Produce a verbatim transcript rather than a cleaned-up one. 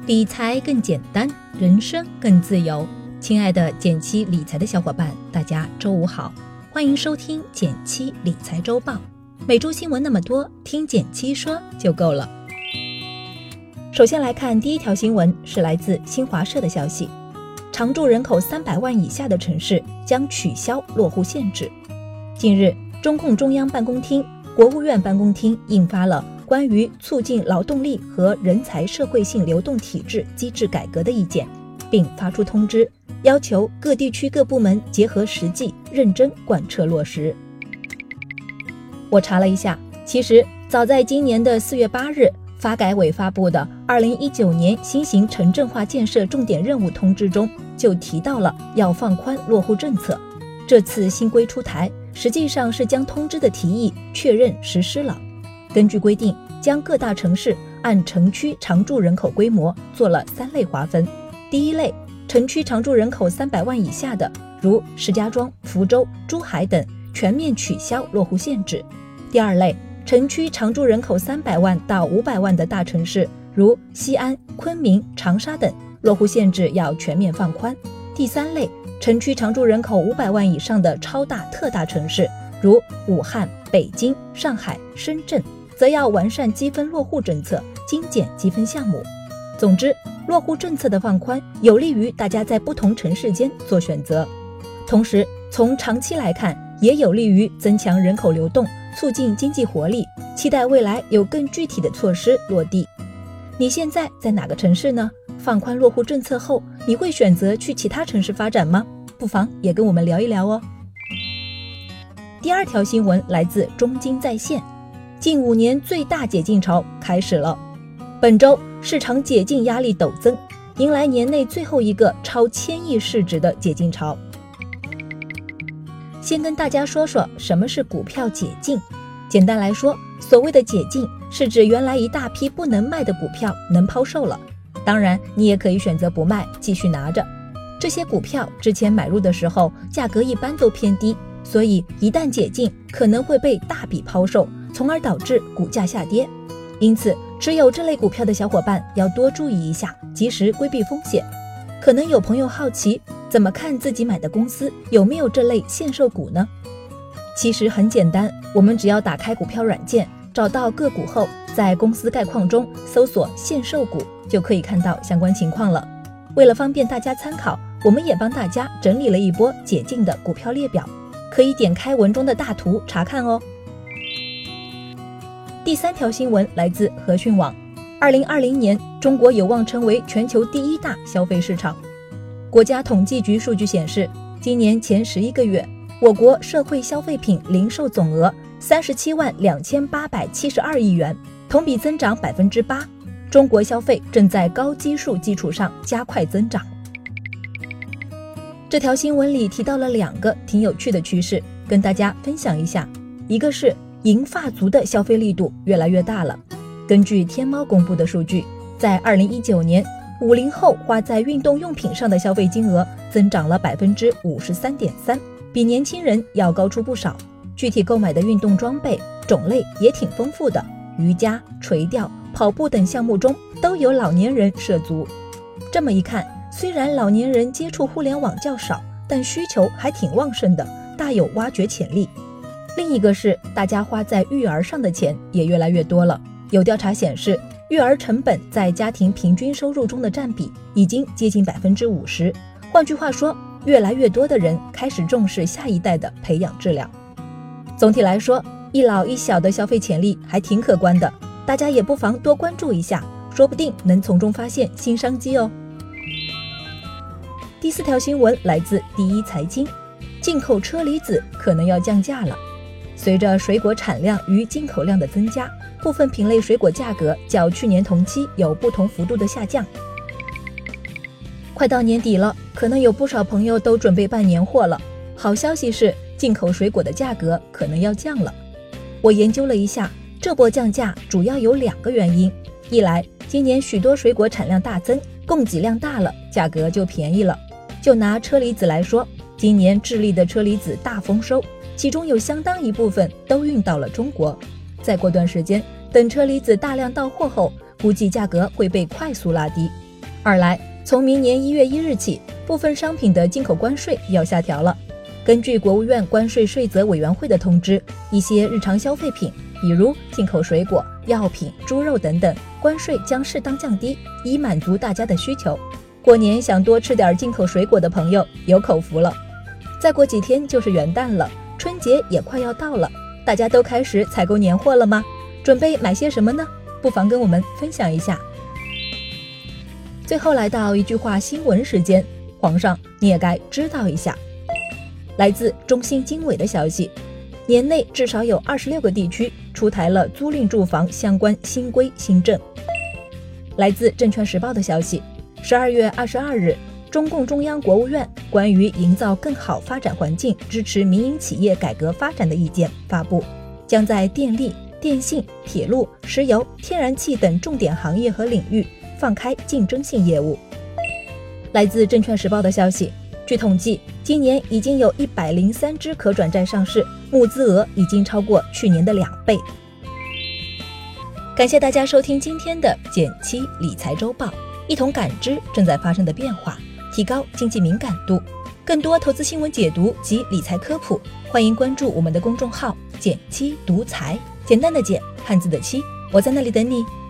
理财更简单，人生更自由。亲爱的减七理财的小伙伴，大家周五好，欢迎收听减七理财周报。每周新闻那么多，听减七说就够了。首先来看第一条新闻，是来自新华社的消息，常住人口三百万以下的城市将取消落户限制。近日，中共中央办公厅、国务院办公厅印发了关于促进劳动力和人才社会性流动体制机制改革的意见，并发出通知，要求各地区各部门结合实际，认真贯彻落实。我查了一下，其实早在今年的四月八日，发改委发布的《二零一九年新型城镇化建设重点任务通知》中就提到了要放宽落户政策。这次新规出台，实际上是将通知的提议确认实施了。根据规定，将各大城市按城区常住人口规模做了三类划分。第一类，城区常住人口三百万以下的，如石家庄、福州、珠海等，全面取消落户限制。第二类，城区常住人口三百万到五百万的大城市，如西安、昆明、长沙等，落户限制要全面放宽。第三类，城区常住人口五百万以上的超大特大城市，如武汉、北京、上海、深圳，则要完善积分落户政策，精简积分项目。总之，落户政策的放宽有利于大家在不同城市间做选择，同时从长期来看，也有利于增强人口流动，促进经济活力，期待未来有更具体的措施落地。你现在在哪个城市呢？放宽落户政策后，你会选择去其他城市发展吗？不妨也跟我们聊一聊哦。第二条新闻来自中金在线，近五年最大解禁潮开始了。本周市场解禁压力陡增，迎来年内最后一个超千亿市值的解禁潮。先跟大家说说什么是股票解禁。简单来说，所谓的解禁是指原来一大批不能卖的股票能抛售了，当然你也可以选择不卖，继续拿着。这些股票之前买入的时候价格一般都偏低，所以一旦解禁可能会被大笔抛售，从而导致股价下跌。因此持有这类股票的小伙伴要多注意一下，及时规避风险。可能有朋友好奇，怎么看自己买的公司有没有这类限售股呢？其实很简单，我们只要打开股票软件，找到个股后，在公司概况中搜索限售股，就可以看到相关情况了。为了方便大家参考，我们也帮大家整理了一波解禁的股票列表，可以点开文中的大图查看哦。第三条新闻来自和讯网，二零二零年中国有望成为全球第一大消费市场。国家统计局数据显示，今年前十一个月，我国社会消费品零售总额三十七万两千八百七十二亿元，同比增长百分之八。中国消费正在高基数基础上加快增长。这条新闻里提到了两个挺有趣的趋势，跟大家分享一下。一个是银发族的消费力度越来越大了。根据天猫公布的数据，在二零一九年，五零后花在运动用品上的消费金额增长了 百分之五十三点三， 比年轻人要高出不少。具体购买的运动装备种类也挺丰富的，瑜伽、垂钓、跑步等项目中都有老年人涉足。这么一看，虽然老年人接触互联网较少，但需求还挺旺盛的，大有挖掘潜力。另一个是大家花在育儿上的钱也越来越多了。有调查显示，育儿成本在家庭平均收入中的占比已经接近 百分之五十。 换句话说，越来越多的人开始重视下一代的培养质量。总体来说，一老一小的消费潜力还挺可观的，大家也不妨多关注一下，说不定能从中发现新商机哦。第四条新闻来自第一财经，进口车厘子可能要降价了。随着水果产量与进口量的增加，部分品类水果价格较去年同期有不同幅度的下降。快到年底了，可能有不少朋友都准备办年货了。好消息是，进口水果的价格可能要降了。我研究了一下，这波降价主要有两个原因。一来，今年许多水果产量大增，供给量大了，价格就便宜了。就拿车厘子来说，今年智利的车厘子大丰收，其中有相当一部分都运到了中国。再过段时间，等车厘子大量到货后，估计价格会被快速拉低。 二来，从明年一月一日起，部分商品的进口关税要下调了。根据国务院关税税则委员会的通知，一些日常消费品，比如进口水果、药品、猪肉等等，关税将适当降低，以满足大家的需求。过年想多吃点进口水果的朋友有口福了。再过几天就是元旦了，春节也快要到了，大家都开始采购年货了吗？准备买些什么呢？不妨跟我们分享一下。最后来到一句话新闻时间，皇上你也该知道一下。来自中信经纬的消息，年内至少有二十六个地区出台了租赁住房相关新规新政。来自证券时报的消息，十二月二十二日，中共中央国务院关于营造更好发展环境支持民营企业改革发展的意见发布，将在电力、电信、铁路、石油、天然气等重点行业和领域放开竞争性业务。来自证券时报的消息，据统计，今年已经有一百零三只可转债上市，募资额已经超过去年的两倍。感谢大家收听今天的减七理财周报，一同感知正在发生的变化，提高经济敏感度。更多投资新闻解读及理财科普，欢迎关注我们的公众号减七独财，简单的简，汉字的七，我在那里等你。